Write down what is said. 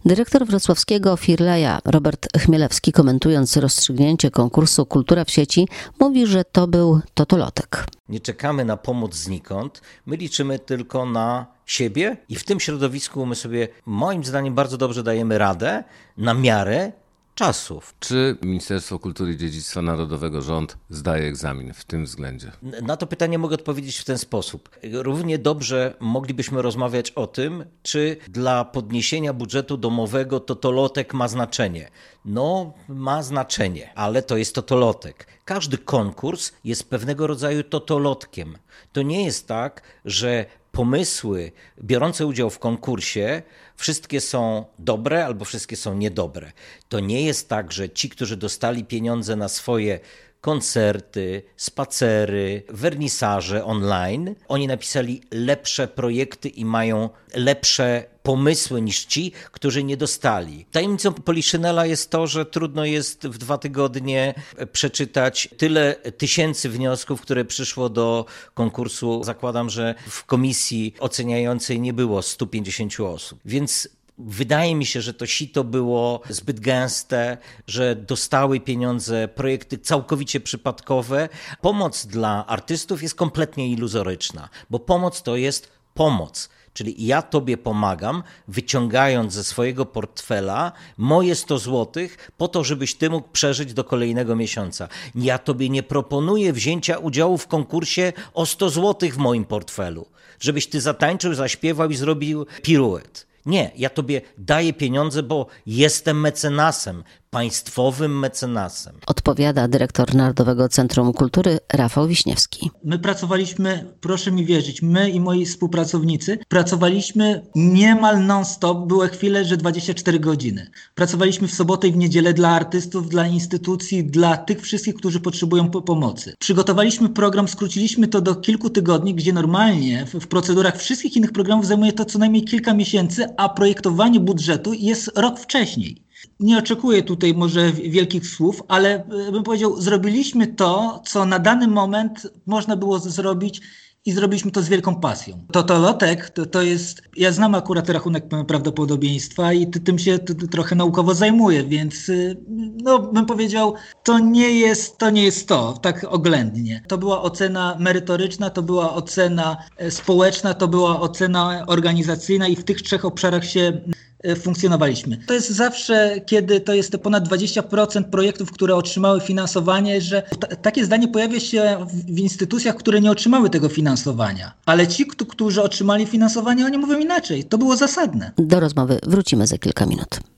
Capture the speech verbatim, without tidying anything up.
Dyrektor wrocławskiego Firleja Robert Chmielewski, komentując rozstrzygnięcie konkursu Kultura w sieci, mówi, że to był totolotek. Nie czekamy na pomoc znikąd, my liczymy tylko na siebie i w tym środowisku my sobie, moim zdaniem, bardzo dobrze dajemy radę na miarę czasów. Czy Ministerstwo Kultury i Dziedzictwa Narodowego, rząd zdaje egzamin w tym względzie? Na to pytanie mogę odpowiedzieć w ten sposób. Równie dobrze moglibyśmy rozmawiać o tym, czy dla podniesienia budżetu domowego totolotek ma znaczenie. No, ma znaczenie, ale to jest totolotek. Każdy konkurs jest pewnego rodzaju totolotkiem. To nie jest tak, że pomysły biorące udział w konkursie wszystkie są dobre albo wszystkie są niedobre. To nie jest tak, że ci, którzy dostali pieniądze na swoje koncerty, spacery, wernisaże online, oni napisali lepsze projekty i mają lepsze pomysły niż ci, którzy nie dostali. Tajemnicą Poliszynela jest to, że trudno jest w dwa tygodnie przeczytać tyle tysięcy wniosków, które przyszło do konkursu. Zakładam, że w komisji oceniającej nie było stu pięćdziesięciu osób. Więc wydaje mi się, że to sito było zbyt gęste, że dostały pieniądze projekty całkowicie przypadkowe. Pomoc dla artystów jest kompletnie iluzoryczna, bo pomoc to jest pomoc. Czyli ja tobie pomagam, wyciągając ze swojego portfela moje sto złotych po to, żebyś ty mógł przeżyć do kolejnego miesiąca. Ja tobie nie proponuję wzięcia udziału w konkursie o sto złotych w moim portfelu, żebyś ty zatańczył, zaśpiewał i zrobił piruet. Nie, ja tobie daję pieniądze, bo jestem mecenasem, państwowym mecenasem. Odpowiada dyrektor Narodowego Centrum Kultury Rafał Wiśniewski. My pracowaliśmy, proszę mi wierzyć, my i moi współpracownicy pracowaliśmy niemal non-stop, były chwile, że dwadzieścia cztery godziny. Pracowaliśmy w sobotę i w niedzielę dla artystów, dla instytucji, dla tych wszystkich, którzy potrzebują pomocy. Przygotowaliśmy program, skróciliśmy to do kilku tygodni, gdzie normalnie w, w procedurach wszystkich innych programów zajmuje to co najmniej kilka miesięcy, a projektowanie budżetu jest rok wcześniej. Nie oczekuję tutaj może wielkich słów, ale bym powiedział, zrobiliśmy to, co na dany moment można było zrobić i zrobiliśmy to z wielką pasją. Totolotek to, to jest, ja znam akurat rachunek prawdopodobieństwa i tym się t, t, trochę naukowo zajmuję, więc no bym powiedział, to nie jest to, nie jest to, tak oględnie. To była ocena merytoryczna, to była ocena społeczna, to była ocena organizacyjna i w tych trzech obszarach się funkcjonowaliśmy. To jest zawsze, kiedy to jest te ponad dwadzieścia procent projektów, które otrzymały finansowanie, że t- takie zdanie pojawia się w, w instytucjach, które nie otrzymały tego finansowania. Ale ci, k- którzy otrzymali finansowanie, oni mówią inaczej. To było zasadne. Do rozmowy wrócimy za kilka minut.